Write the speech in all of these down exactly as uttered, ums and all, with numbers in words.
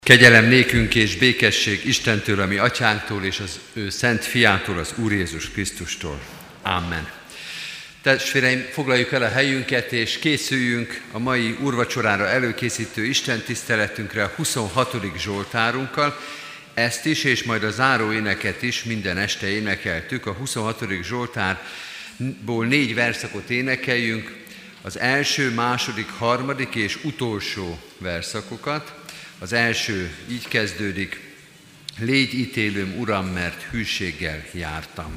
Kegyelem nékünk és békesség Istentől, a mi atyánktól és az ő szent fiától, az Úr Jézus Krisztustól. Amen. Testvéreim, foglaljuk el a helyünket és készüljünk a mai úrvacsorára előkészítő istentiszteletünkre a huszonhatodik zsoltárunkkal. Ezt is és majd a záró éneket is minden este énekeltük. A huszonhatodik zsoltárból négy verszakot énekeljünk, az első, második, harmadik és utolsó verszakokat. Az első így kezdődik: légy ítélőm, Uram, mert hűséggel jártam.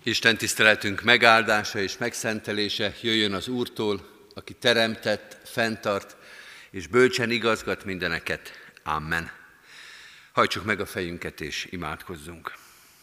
Isten tiszteletünk megáldása és megszentelése jöjjön az Úrtól, aki teremtett, fenntart és bölcsen igazgat mindeneket. Amen. Hajtsuk meg a fejünket és imádkozzunk.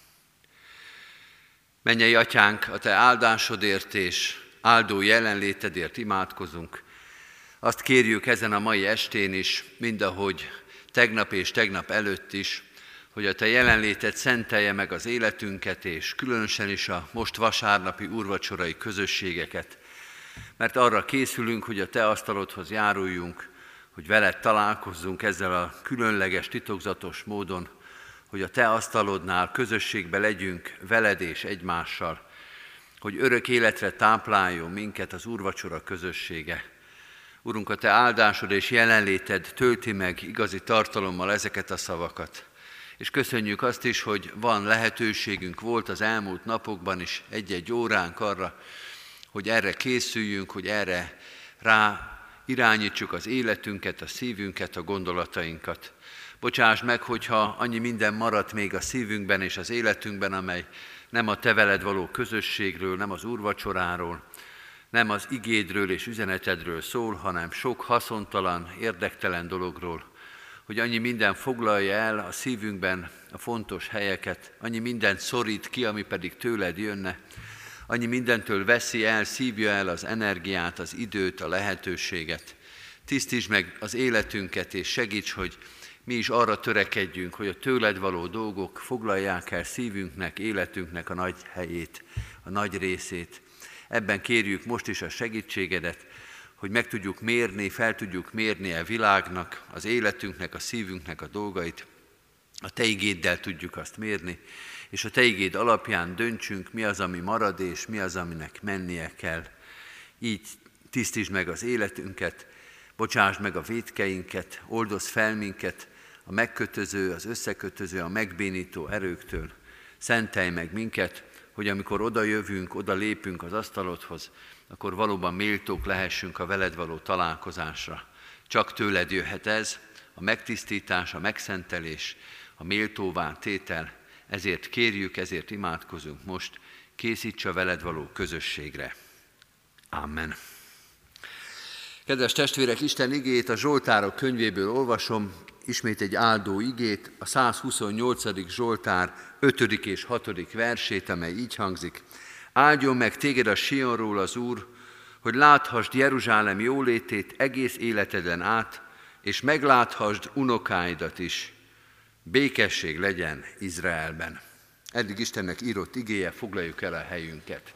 Mennyei Atyánk, a Te áldásodért és áldó jelenlétedért imádkozunk. Azt kérjük ezen a mai estén is, mindahogy tegnap és tegnap előtt is, hogy a Te jelenléted szentelje meg az életünket, és különösen is a most vasárnapi úrvacsorai közösségeket. Mert arra készülünk, hogy a Te asztalodhoz járuljunk, hogy veled találkozzunk ezzel a különleges, titokzatos módon, hogy a Te asztalodnál közösségbe legyünk veled és egymással, hogy örök életre tápláljon minket az úrvacsora közössége. Urunk, a Te áldásod és jelenléted tölti meg igazi tartalommal ezeket a szavakat. És köszönjük azt is, hogy van lehetőségünk, volt az elmúlt napokban is egy-egy óránk arra, hogy erre készüljünk, hogy erre rá irányítsuk az életünket, a szívünket, a gondolatainkat. Bocsáss meg, hogyha annyi minden maradt még a szívünkben és az életünkben, amely nem a Te veled való közösségről, nem az úrvacsoráról, nem az igédről és üzenetedről szól, hanem sok haszontalan, érdektelen dologról, hogy annyi minden foglalja el a szívünkben a fontos helyeket, annyi mindent szorít ki, ami pedig tőled jönne, annyi mindentől veszi el, szívja el az energiát, az időt, a lehetőséget. Tisztítsd meg az életünket, és segíts, hogy mi is arra törekedjünk, hogy a tőled való dolgok foglalják el szívünknek, életünknek a nagy helyét, a nagy részét. Ebben kérjük most is a segítségedet, hogy meg tudjuk mérni, fel tudjuk mérni a világnak, az életünknek, a szívünknek a dolgait. A Te igéddel tudjuk azt mérni, és a Te igéd alapján döntsünk, mi az, ami marad, és mi az, aminek mennie kell. Így tisztítsd meg az életünket, bocsásd meg a vétkeinket, oldozz fel minket a megkötöző, az összekötöző, a megbénító erőktől. Szentelj meg minket, hogy amikor oda jövünk, oda lépünk az asztalodhoz, akkor valóban méltók lehessünk a veled való találkozásra. Csak tőled jöhet ez, a megtisztítás, a megszentelés, a méltóvá tétel. Ezért kérjük, ezért imádkozunk most, készíts a veled való közösségre. Amen. Kedves testvérek, Isten igéjét a Zsoltárok könyvéből olvasom, ismét egy áldó igét, a százhuszonnyolcadik Zsoltár ötödik és hatodik versét, amely így hangzik. Áldjon meg téged a Sionról az Úr, hogy láthassd Jeruzsálem jólétét egész életeden át, és megláthasd unokáidat is. Békesség legyen Izraelben. Eddig Istennek írott igéje, foglaljuk el a helyünket.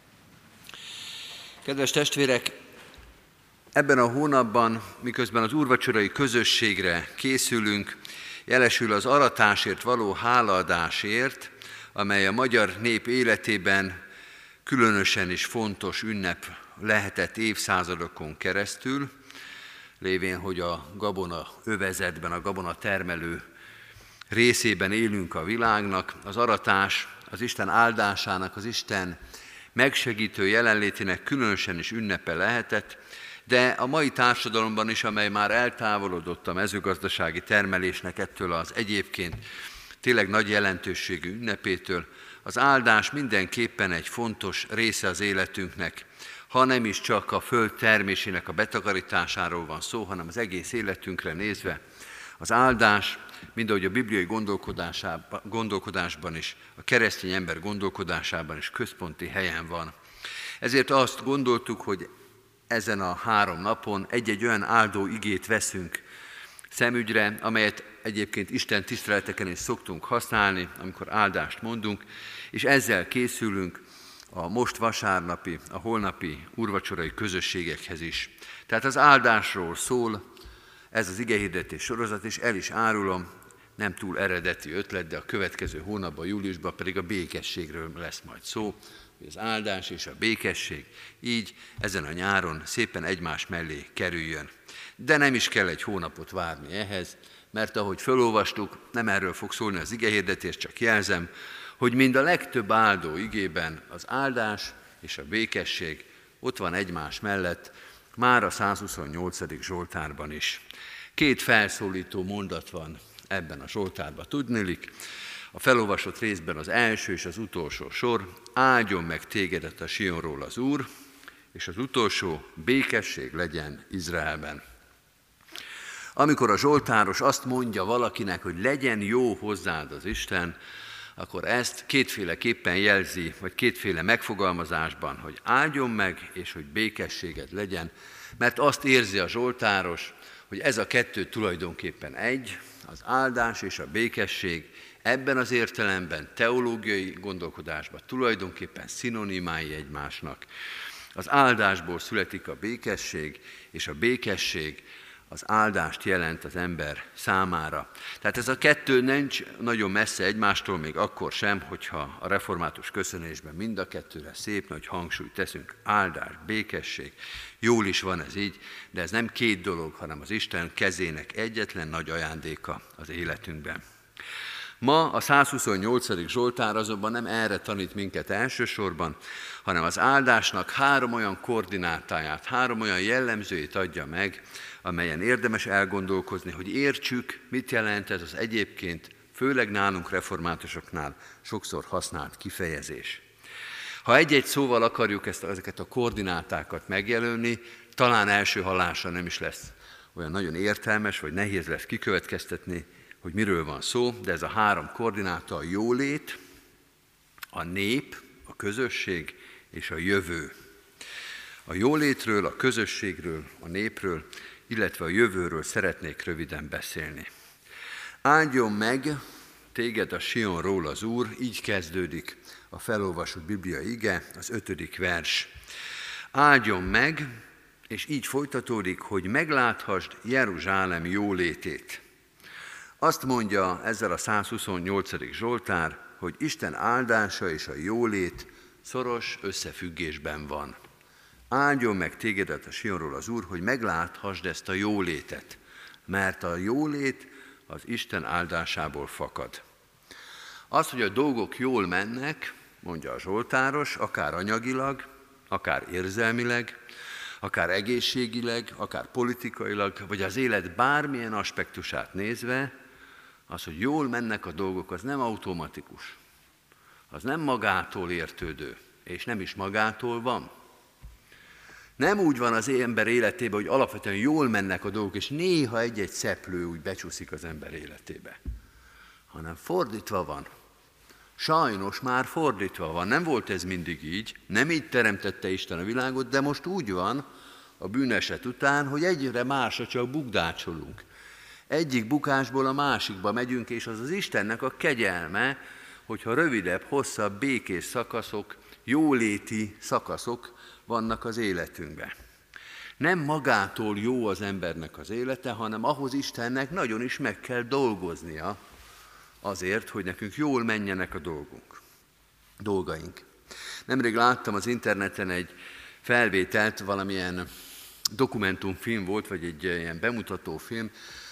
Kedves testvérek, ebben a hónapban, miközben az úrvacsorai közösségre készülünk, jelesül az aratásért való hálaadásért, amely a magyar nép életében különösen is fontos ünnep lehetett évszázadokon keresztül, lévén, hogy a gabona övezetben, a gabona termelő részében élünk a világnak. Az aratás az Isten áldásának, az Isten megsegítő jelenlétének különösen is ünnepe lehetett, de a mai társadalomban is, amely már eltávolodott a mezőgazdasági termelésnek ettől az egyébként tényleg nagy jelentőségű ünnepétől, az áldás mindenképpen egy fontos része az életünknek, ha nem is csak a föld termésének a betakarításáról van szó, hanem az egész életünkre nézve. Az áldás, mind ahogy a bibliai gondolkodásban is, a keresztény ember gondolkodásában is központi helyen van. Ezért azt gondoltuk, hogy ezen a három napon egy-egy olyan áldó igét veszünk szemügyre, amelyet egyébként Isten tiszteleteken is szoktunk használni, amikor áldást mondunk, és ezzel készülünk a most vasárnapi, a holnapi úrvacsorai közösségekhez is. Tehát az áldásról szól ez az igehirdetés sorozat, és el is árulom, nem túl eredeti ötlet, de a következő hónapban, júliusban pedig a békességről lesz majd szó, hogy az áldás és a békesség így ezen a nyáron szépen egymás mellé kerüljön. De nem is kell egy hónapot várni ehhez, mert ahogy felolvastuk, nem erről fog szólni az igehirdetés, csak jelzem, hogy mind a legtöbb áldó igében az áldás és a békesség ott van egymás mellett, már a százhuszonnyolcadik Zsoltárban is. Két felszólító mondat van ebben a Zsoltárban. Tudniillik, A felolvasott részben az első és az utolsó sor, áldjon meg tégedet a Sionról az Úr, és az utolsó, békesség legyen Izraelben. Amikor a zsoltáros azt mondja valakinek, hogy legyen jó hozzád az Isten, akkor ezt kétféleképpen jelzi, vagy kétféle megfogalmazásban, hogy áldjon meg, és hogy békességed legyen, mert azt érzi a zsoltáros, hogy ez a kettő tulajdonképpen egy, az áldás és a békesség ebben az értelemben, teológiai gondolkodásban tulajdonképpen szinonimái egymásnak. Az áldásból születik a békesség, és a békesség az áldást jelent az ember számára. Tehát ez a kettő nincs nagyon messze egymástól, még akkor sem, hogyha a református köszönésben mind a kettőre szép nagy hangsúlyt teszünk. Áldás, békesség, jól is van ez így, de ez nem két dolog, hanem az Isten kezének egyetlen nagy ajándéka az életünkben. Ma a százhuszonnyolcadik Zsoltár azonban nem erre tanít minket elsősorban, hanem az áldásnak három olyan koordinátáját, három olyan jellemzőjét adja meg, amelyen érdemes elgondolkozni, hogy értsük, mit jelent ez az egyébként, főleg nálunk reformátusoknál sokszor használt kifejezés. Ha egy-egy szóval akarjuk ezt, ezeket a koordinátákat megjelölni, talán első hallásra nem is lesz olyan nagyon értelmes, vagy nehéz lesz kikövetkeztetni, hogy miről van szó, de ez a három koordináta a jólét, a nép, a közösség és a jövő. A jólétről, a közösségről, a népről, illetve a jövőről szeretnék röviden beszélni. Áldjon meg téged a Sionról az Úr, így kezdődik a felolvasott Biblia ige, az ötödik vers. Áldjon meg, és így folytatódik, hogy megláthasd Jeruzsálem jólétét. Azt mondja ezzel a százhuszonnyolcadik Zsoltár, hogy Isten áldása és a jólét szoros összefüggésben van. Áldjon meg tégedet a Sionról az Úr, hogy megláthasd ezt a jólétet, mert a jólét az Isten áldásából fakad. Az, hogy a dolgok jól mennek, mondja a zsoltáros, akár anyagilag, akár érzelmileg, akár egészségileg, akár politikailag, vagy az élet bármilyen aspektusát nézve, az, hogy jól mennek a dolgok, az nem automatikus, az nem magától értődő, és nem is magától van. Nem úgy van az ember életében, hogy alapvetően jól mennek a dolgok, és néha egy-egy szeplő úgy becsúszik az ember életébe, hanem fordítva van. Sajnos már fordítva van. Nem volt ez mindig így, nem így teremtette Isten a világot, de most úgy van a bűneset után, hogy egyre másra csak bukdácsolunk. Egyik bukásból a másikba megyünk, és az az Istennek a kegyelme, hogyha rövidebb, hosszabb, békés szakaszok, jóléti szakaszok vannak az életünkben. Nem magától jó az embernek az élete, hanem ahhoz Istennek nagyon is meg kell dolgoznia azért, hogy nekünk jól menjenek a dolgunk, dolgaink. Nemrég láttam az interneten egy felvételt, valamilyen dokumentumfilm volt, vagy egy ilyen bemutatófilm,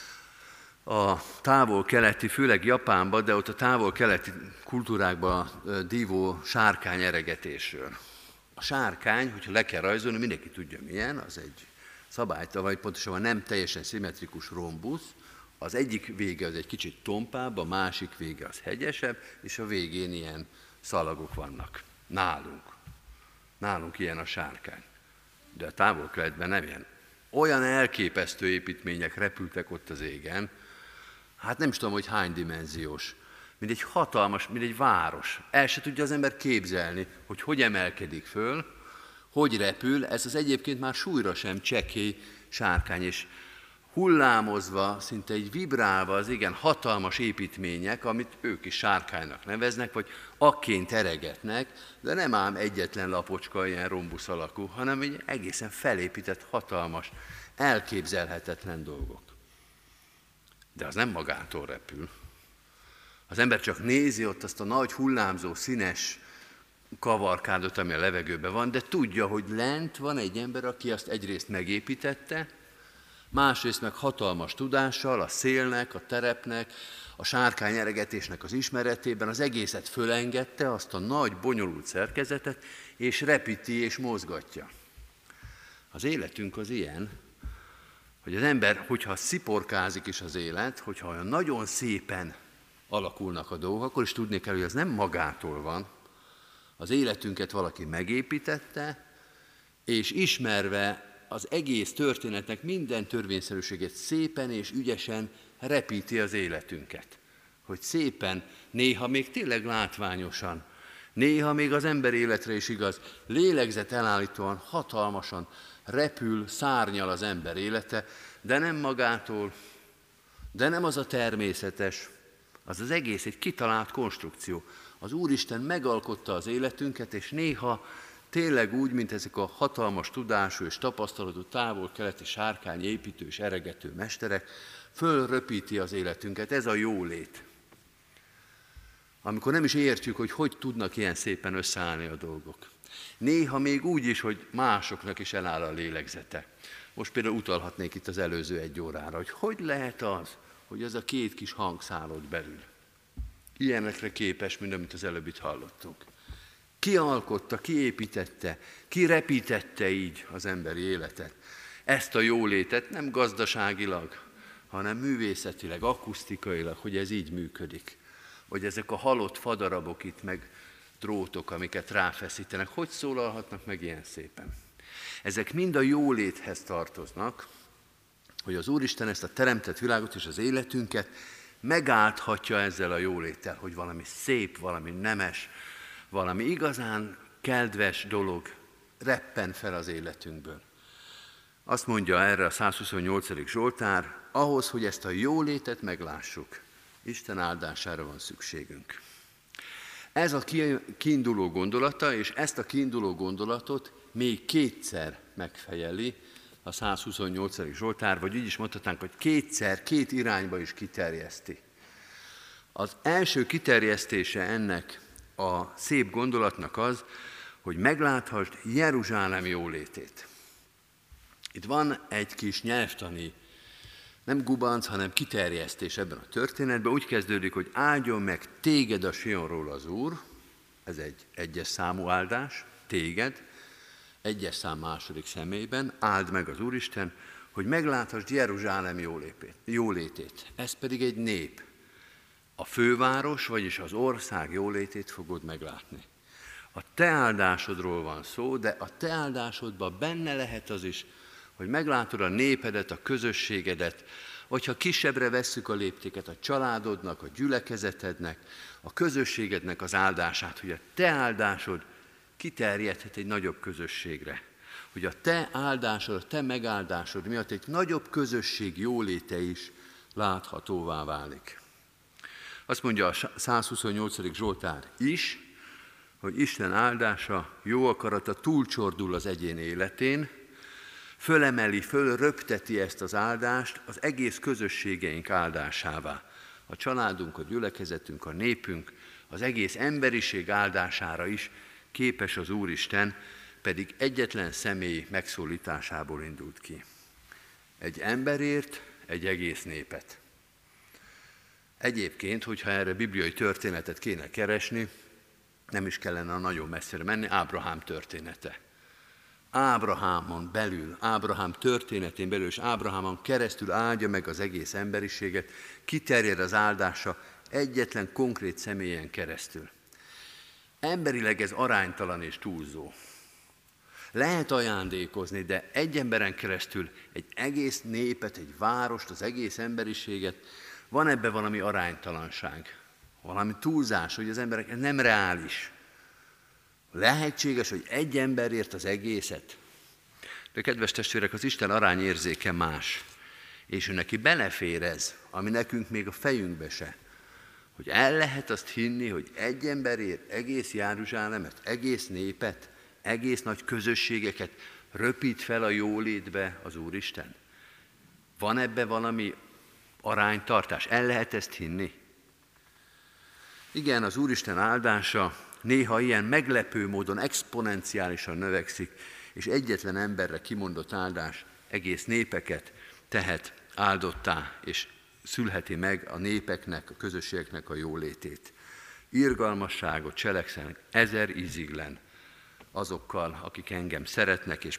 a távol-keleti, főleg Japánban, de ott a távol-keleti kultúrákban dívó sárkány eregetésről. A sárkány, hogyha le kell rajzolni, mindenki tudja milyen, az egy szabálytalan, vagy pontosabban nem teljesen szimmetrikus rombusz, az egyik vége az egy kicsit tompább, a másik vége az hegyesebb, és a végén ilyen szalagok vannak. Nálunk. Nálunk ilyen a sárkány. De a távol-keletben nem ilyen. Olyan elképesztő építmények repültek ott az égen, hát nem is tudom, hogy hány dimenziós, mint egy hatalmas, mint egy város. El se tudja az ember képzelni, hogy hogy emelkedik föl, hogy repül, ez az egyébként már súlyra sem csekély sárkány, és hullámozva, szinte egy vibrálva az igen hatalmas építmények, amit ők is sárkánynak neveznek, vagy akként eregetnek, de nem ám egyetlen lapocska, ilyen rombusz alakú, hanem egy egészen felépített, hatalmas, elképzelhetetlen dolgok. De az nem magától repül. Az ember csak nézi ott azt a nagy hullámzó, színes kavarkádot, ami a levegőben van, de tudja, hogy lent van egy ember, aki azt egyrészt megépítette, másrészt meg hatalmas tudással, a szélnek, a terepnek, a sárkány eregetésnek az ismeretében az egészet fölengedte, azt a nagy, bonyolult szerkezetet, és repíti és mozgatja. Az életünk az ilyen, hogy az ember, hogyha sziporkázik is az élet, hogyha olyan nagyon szépen alakulnak a dolgok, akkor is tudni kell, hogy az nem magától van. Az életünket valaki megépítette, és ismerve az egész történetnek minden törvényszerűségét szépen és ügyesen repíti az életünket. Hogy szépen, néha még tényleg látványosan, néha még az ember életre is igaz, lélegzet elállítóan, hatalmasan repül, szárnyal az ember élete, de nem magától, de nem az a természetes, az az egész egy kitalált konstrukció. Az Úristen megalkotta az életünket, és néha tényleg úgy, mint ezek a hatalmas tudású és tapasztalatú távol-keleti sárkányépítő és eregető mesterek, fölröpíti az életünket. Ez a jólét. Amikor nem is értjük, hogy hogy tudnak ilyen szépen összeállni a dolgok. Néha még úgy is, hogy másoknak is eláll a lélegzete. Most például utalhatnék itt az előző egy órára, hogy hogy lehet az, hogy ez a két kis hangszál ott belül ilyenekre képes, mint amit az előbb itt hallottunk. Ki alkotta, ki építette, ki repítette így az emberi életet. Ezt a jólétet nem gazdaságilag, hanem művészetileg, akusztikailag, hogy ez így működik. Hogy ezek a halott fadarabok itt, meg drótok, amiket ráfeszítenek, hogy szólalhatnak meg ilyen szépen. Ezek mind a jóléthez tartoznak, hogy az Úristen ezt a teremtett világot és az életünket megáldhatja ezzel a jóléttel, hogy valami szép, valami nemes, valami igazán kedves dolog reppen fel az életünkből. Azt mondja erre a százhuszonnyolcadik Zsoltár, ahhoz, hogy ezt a jólétet meglássuk, Isten áldására van szükségünk. Ez a kiinduló gondolata, és ezt a kiinduló gondolatot még kétszer megfejeli a százhuszonnyolcadik Zsoltár, vagy úgy is mondhatnánk, hogy kétszer, két irányba is kiterjeszti. Az első kiterjesztése ennek a szép gondolatnak az, hogy megláthasd Jeruzsálem jólétét. Itt van egy kis nyelvtani, nem gubanc, hanem kiterjesztés ebben a történetben. Úgy kezdődik, hogy áldjon meg téged a Sionról az Úr, ez egy egyes számú áldás, téged, egyes szám második személyben, áld meg az Úristen, hogy megláthasd Jeruzsálem jólétét. Ez pedig egy nép. A főváros, vagyis az ország jólétét fogod meglátni. A te áldásodról van szó, de a te áldásodban benne lehet az is, hogy meglátod a népedet, a közösségedet, vagy ha kisebbre vesszük a léptéket, a családodnak, a gyülekezetednek, a közösségednek az áldását, hogy a te áldásod kiterjedhet egy nagyobb közösségre. Hogy a te áldásod, a te megáldásod miatt egy nagyobb közösség jóléte is láthatóvá válik. Azt mondja a százhuszonnyolcadik Zsoltár is, hogy Isten áldása, jó akarata túlcsordul az egyén életén, fölemeli, fölröpteti ezt az áldást az egész közösségeink áldásává. A családunk, a gyülekezetünk, a népünk, az egész emberiség áldására is képes az Úristen, pedig egyetlen személy megszólításából indult ki. Egy emberért egy egész népet. Egyébként, hogyha erre bibliai történetet kéne keresni, nem is kellene a nagyon messzire menni, Ábrahám története. Ábrahámon belül, Ábrahám történetén belül, és Ábrahámon keresztül áldja meg az egész emberiséget, kiterjed az áldása egyetlen konkrét személyen keresztül. Emberileg ez aránytalan és túlzó. Lehet ajándékozni, de egy emberen keresztül egy egész népet, egy várost, az egész emberiséget, van ebben valami aránytalanság, valami túlzás, hogy az emberek, ez nem reális. Lehetséges, hogy egy emberért az egészet. De kedves testvérek, az Isten arányérzéke más, és ő neki belefér ez, ami nekünk még a fejünkbe se. Hogy el lehet azt hinni, hogy egy emberért egész Jeruzsálemet, egész népet, egész nagy közösségeket röpít fel a jólétbe az Úristen. Van ebbe valami aránytartás? El lehet ezt hinni? Igen, az Úristen áldása néha ilyen meglepő módon exponenciálisan növekszik, és egyetlen emberre kimondott áldás egész népeket tehet áldottá, és szülheti meg a népeknek, a közösségeknek a jólétét. Irgalmasságot cselekszenek ezer íziglen azokkal, akik engem szeretnek, és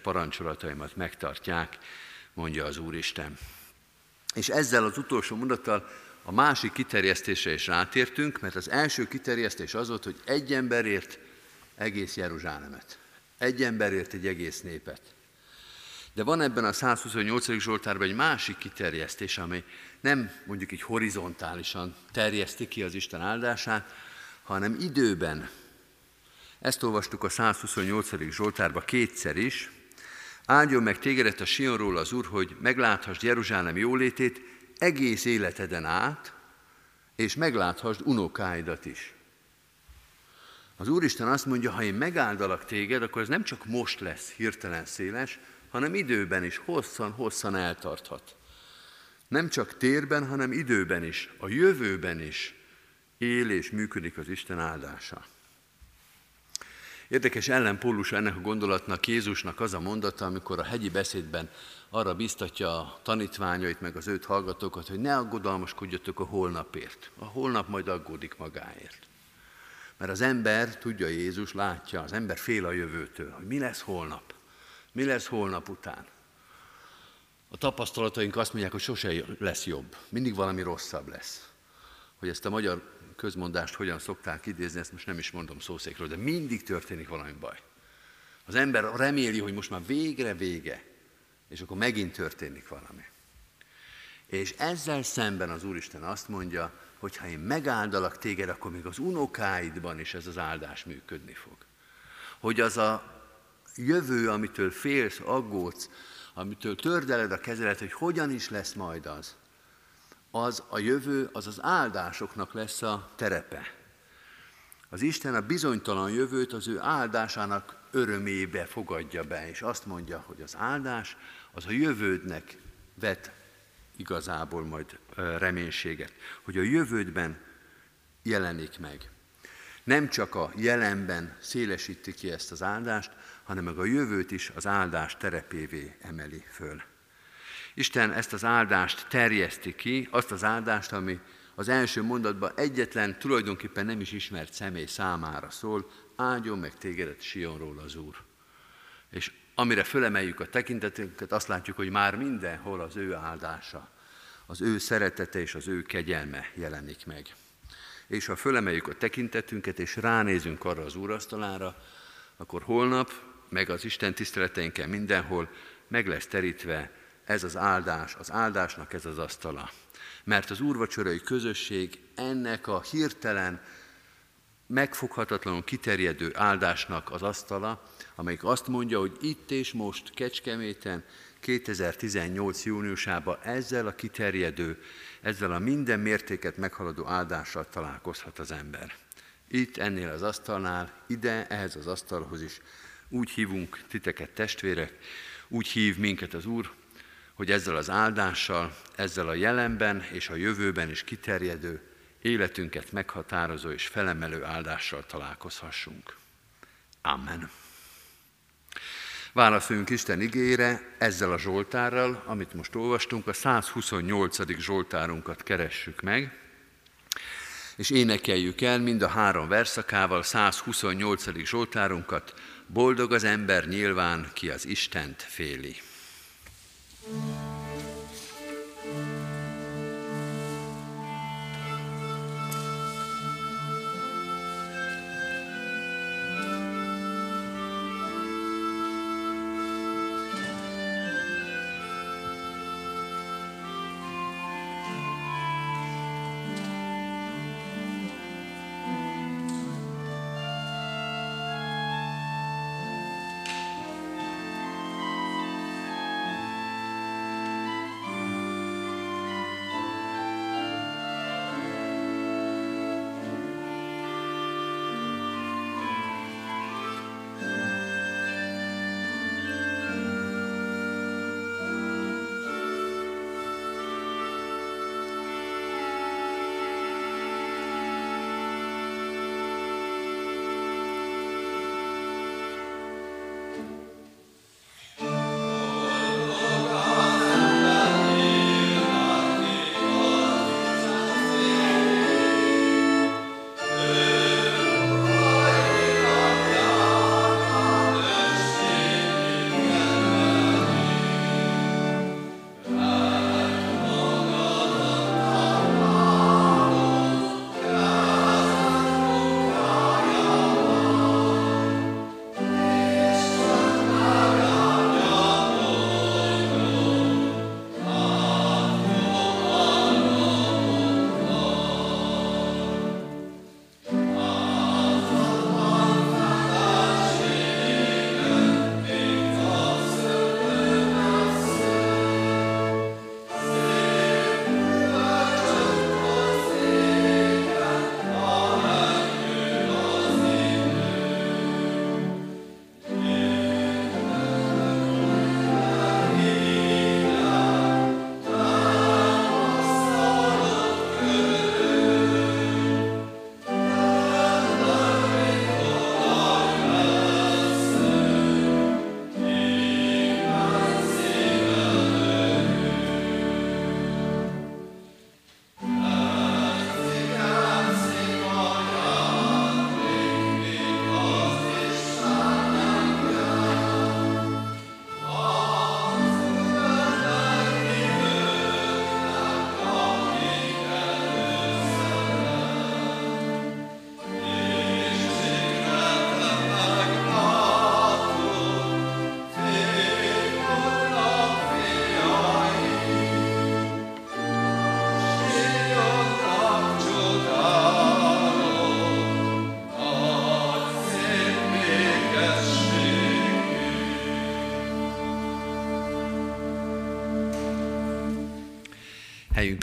parancsolataimat megtartják, mondja az Úristen. És ezzel az utolsó mondattal a másik kiterjesztésre is rátértünk, mert az első kiterjesztés az volt, hogy egy emberért egész Jeruzsálemet. Egy emberért egy egész népet. De van ebben a százhuszonnyolcadik Zsoltárban egy másik kiterjesztés, ami nem mondjuk így horizontálisan terjeszti ki az Isten áldását, hanem időben. Ezt olvastuk a százhuszonnyolcadik Zsoltárban kétszer is. Áldjon meg tégedet a Sionról az Úr, hogy megláthassd Jeruzsálem jólétét egész életeden át, és megláthassd unokáidat is. Az Úristen azt mondja, ha én megáldalak téged, akkor ez nem csak most lesz hirtelen széles, hanem időben is, hosszan-hosszan eltarthat. Nem csak térben, hanem időben is, a jövőben is él és működik az Isten áldása. Érdekes ellenpólusa ennek a gondolatnak Jézusnak az a mondata, amikor a hegyi beszédben arra biztatja a tanítványait, meg az őt hallgatókat, hogy ne aggodalmaskodjatok a holnapért. A holnap majd aggódik magáért. Mert az ember, tudja Jézus, látja, az ember fél a jövőtől, hogy mi lesz holnap, mi lesz holnap után. A tapasztalataink azt mondják, hogy sose lesz jobb, mindig valami rosszabb lesz. Hogy ezt a magyar közmondást hogyan szokták idézni, ezt most nem is mondom szószékről, de mindig történik valami baj. Az ember reméli, hogy most már végre vége, és akkor megint történik valami. És ezzel szemben az Úristen azt mondja, hogy ha én megáldalak téged, akkor még az unokáidban is ez az áldás működni fog. Hogy az a jövő, amitől félsz, aggódsz, amitől tördeled a kezelet, hogy hogyan is lesz majd az, az a jövő, az az áldásoknak lesz a terepe. Az Isten a bizonytalan jövőt az ő áldásának örömébe fogadja be, és azt mondja, hogy az áldás az a jövődnek vet igazából majd reménységet, hogy a jövődben jelenik meg. Nem csak a jelenben szélesíti ki ezt az áldást, hanem meg a jövőt is az áldás terepévé emeli föl. Isten ezt az áldást terjeszti ki, azt az áldást, ami az első mondatban egyetlen, tulajdonképpen nem is ismert személy számára szól, áldjon meg tégedet Sionról az Úr. És amire fölemeljük a tekintetünket, azt látjuk, hogy már mindenhol az ő áldása, az ő szeretete és az ő kegyelme jelenik meg. És ha fölemeljük a tekintetünket, és ránézünk arra az úrasztalára, akkor holnap, meg az Isten tiszteleteinkkel mindenhol meg lesz terítve ez az áldás, az áldásnak ez az asztala. Mert az úrvacsorai közösség ennek a hirtelen, megfoghatatlanul kiterjedő áldásnak az asztala, amelyik azt mondja, hogy itt és most Kecskeméten kétezer-tizennyolc júniusában ezzel a kiterjedő, ezzel a minden mértéket meghaladó áldással találkozhat az ember. Itt ennél az asztalnál, ide, ehhez az asztalhoz is úgy hívunk titeket testvérek, úgy hív minket az Úr, hogy ezzel az áldással, ezzel a jelenben és a jövőben is kiterjedő, életünket meghatározó és felemelő áldással találkozhassunk. Amen. Válaszoljunk Isten igéjére ezzel a zsoltárral, amit most olvastunk, a százhuszonnyolcadik zsoltárunkat keressük meg, és énekeljük el mind a három verszakával százhuszonnyolcadik zsoltárunkat, boldog az ember nyilván, ki az Istent féli.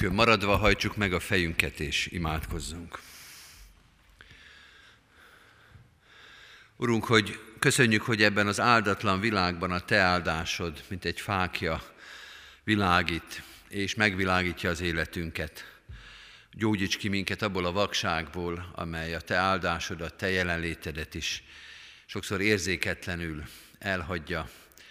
helyünkön maradva hajtsuk meg a fejünket és imádkozzunk. Urunk, hogy köszönjük, hogy ebben az áldatlan világban a Te áldásod, mint egy fákja, világít és megvilágítja az életünket. Gyógyíts ki minket abból a vakságból, amely a Te áldásodat, Te jelenlétedet is sokszor érzéketlenül elhagyja.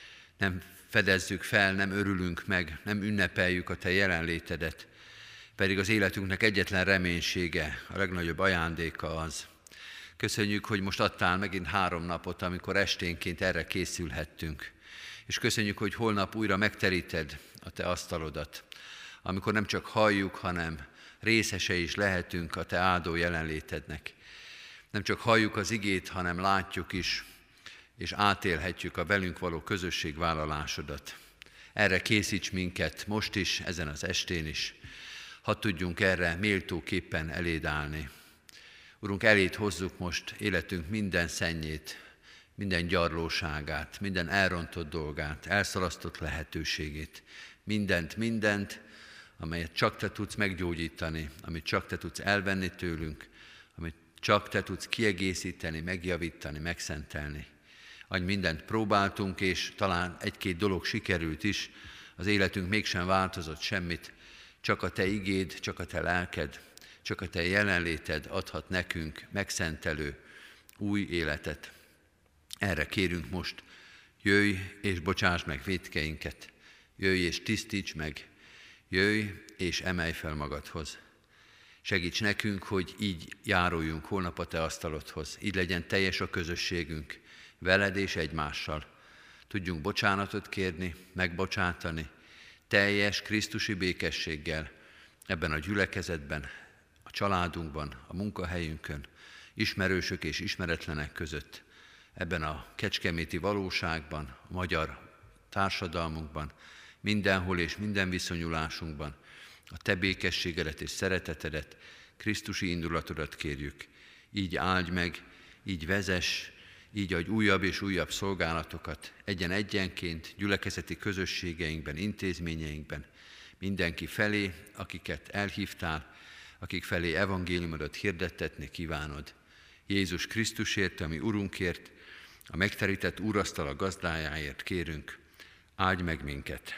Nem fedezzük fel, nem örülünk meg, nem ünnepeljük a Te jelenlétedet, pedig az életünknek egyetlen reménysége, a legnagyobb ajándéka az. Köszönjük, hogy most adtál megint három napot, amikor esténként erre készülhettünk. És köszönjük, hogy holnap újra megteríted a Te asztalodat, amikor nem csak halljuk, hanem részese is lehetünk a Te áldó jelenlétednek. Nem csak halljuk az igét, hanem látjuk is, és átélhetjük a velünk való közösségvállalásodat. Erre készíts minket most is, ezen az estén is. Hadd tudjunk erre méltóképpen eléd állni. Urunk, eléd hozzuk most életünk minden szennyét, minden gyarlóságát, minden elrontott dolgát, elszalasztott lehetőségét, mindent, mindent, amelyet csak Te tudsz meggyógyítani, amit csak Te tudsz elvenni tőlünk, amit csak Te tudsz kiegészíteni, megjavítani, megszentelni. Annyi mindent próbáltunk, és talán egy-két dolog sikerült is, az életünk mégsem változott semmit, csak a Te igéd, csak a Te lelked, csak a Te jelenléted adhat nekünk megszentelő új életet. Erre kérünk most, jöjj és bocsáss meg vétkeinket, jöjj és tisztíts meg, jöjj és emelj fel magadhoz. Segíts nekünk, hogy így járuljunk holnap a Te asztalodhoz, így legyen teljes a közösségünk veled és egymással. Tudjunk bocsánatot kérni, megbocsátani, teljes krisztusi békességgel ebben a gyülekezetben, a családunkban, a munkahelyünkön, ismerősök és ismeretlenek között, ebben a kecskeméti valóságban, a magyar társadalmunkban, mindenhol és minden viszonyulásunkban a Te békességedet és szeretetedet, krisztusi indulatodat kérjük. Így áldj meg, így vezess, így adj újabb és újabb szolgálatokat egyen-egyenként, gyülekezeti közösségeinkben, intézményeinkben, mindenki felé, akiket elhívtál, akik felé evangéliumodat hirdettetni kívánod. Jézus Krisztusért, ami Urunkért, a megterített úrasztal a gazdájáért kérünk, áldj meg minket.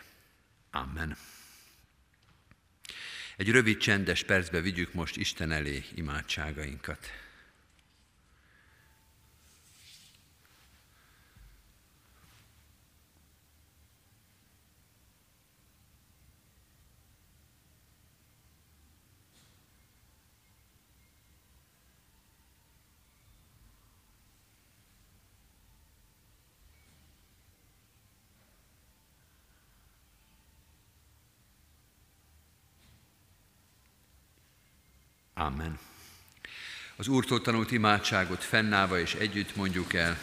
Amen. Egy rövid csendes percbe vigyük most Isten elé imádságainkat. Amen. Az Úrtól tanult imádságot fennállva és együtt mondjuk el.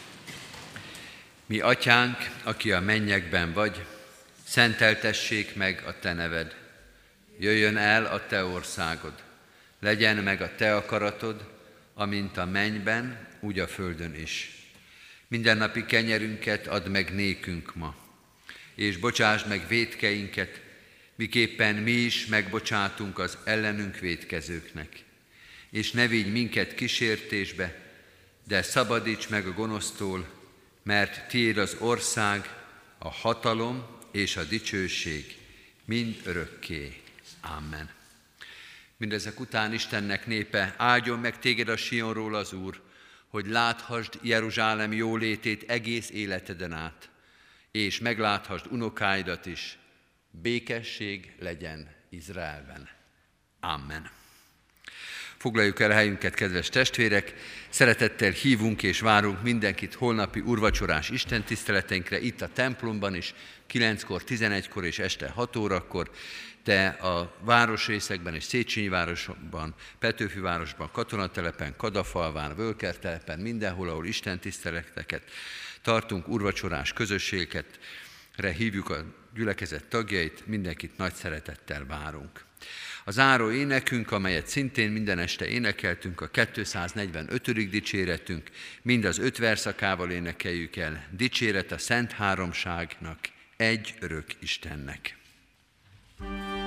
Mi atyánk, aki a mennyekben vagy, szenteltessék meg a Te neved. Jöjjön el a Te országod. Legyen meg a Te akaratod, amint a mennyben, úgy a földön is. Mindennapi kenyerünket add meg nékünk ma, és bocsásd meg vétkeinket, miképpen mi is megbocsátunk az ellenünk vétkezőknek. És ne vigy minket kísértésbe, de szabadíts meg a gonosztól, mert tiéd az ország, a hatalom és a dicsőség mind örökké. Amen. Mindezek után Istennek népe, áldjon meg téged a Sionról az Úr, hogy láthassd Jeruzsálem jólétét egész életeden át, és megláthasd unokáidat is. Békesség legyen Izraelben. Amen. Foglaljuk el helyünket, kedves testvérek! Szeretettel hívunk és várunk mindenkit holnapi úrvacsorás istentiszteleteinkre itt a templomban is, kilenckor, tizenegykor és este hat órakor, de a városrészekben és Széchenyi városban, Petőfi városban, Katonatelepen, Kadafalván, Völkertelepen, mindenhol, ahol istentiszteleteket tartunk, úrvacsorás közösségeket, hívjuk a gyülekezet tagjait, mindenkit nagy szeretettel várunk. A záró énekünk, amelyet szintén minden este énekeltünk, a kétszáznegyvenötödik dicséretünk, mind az öt verszakával énekeljük el, dicséret a Szent Háromságnak, egy örök Istennek.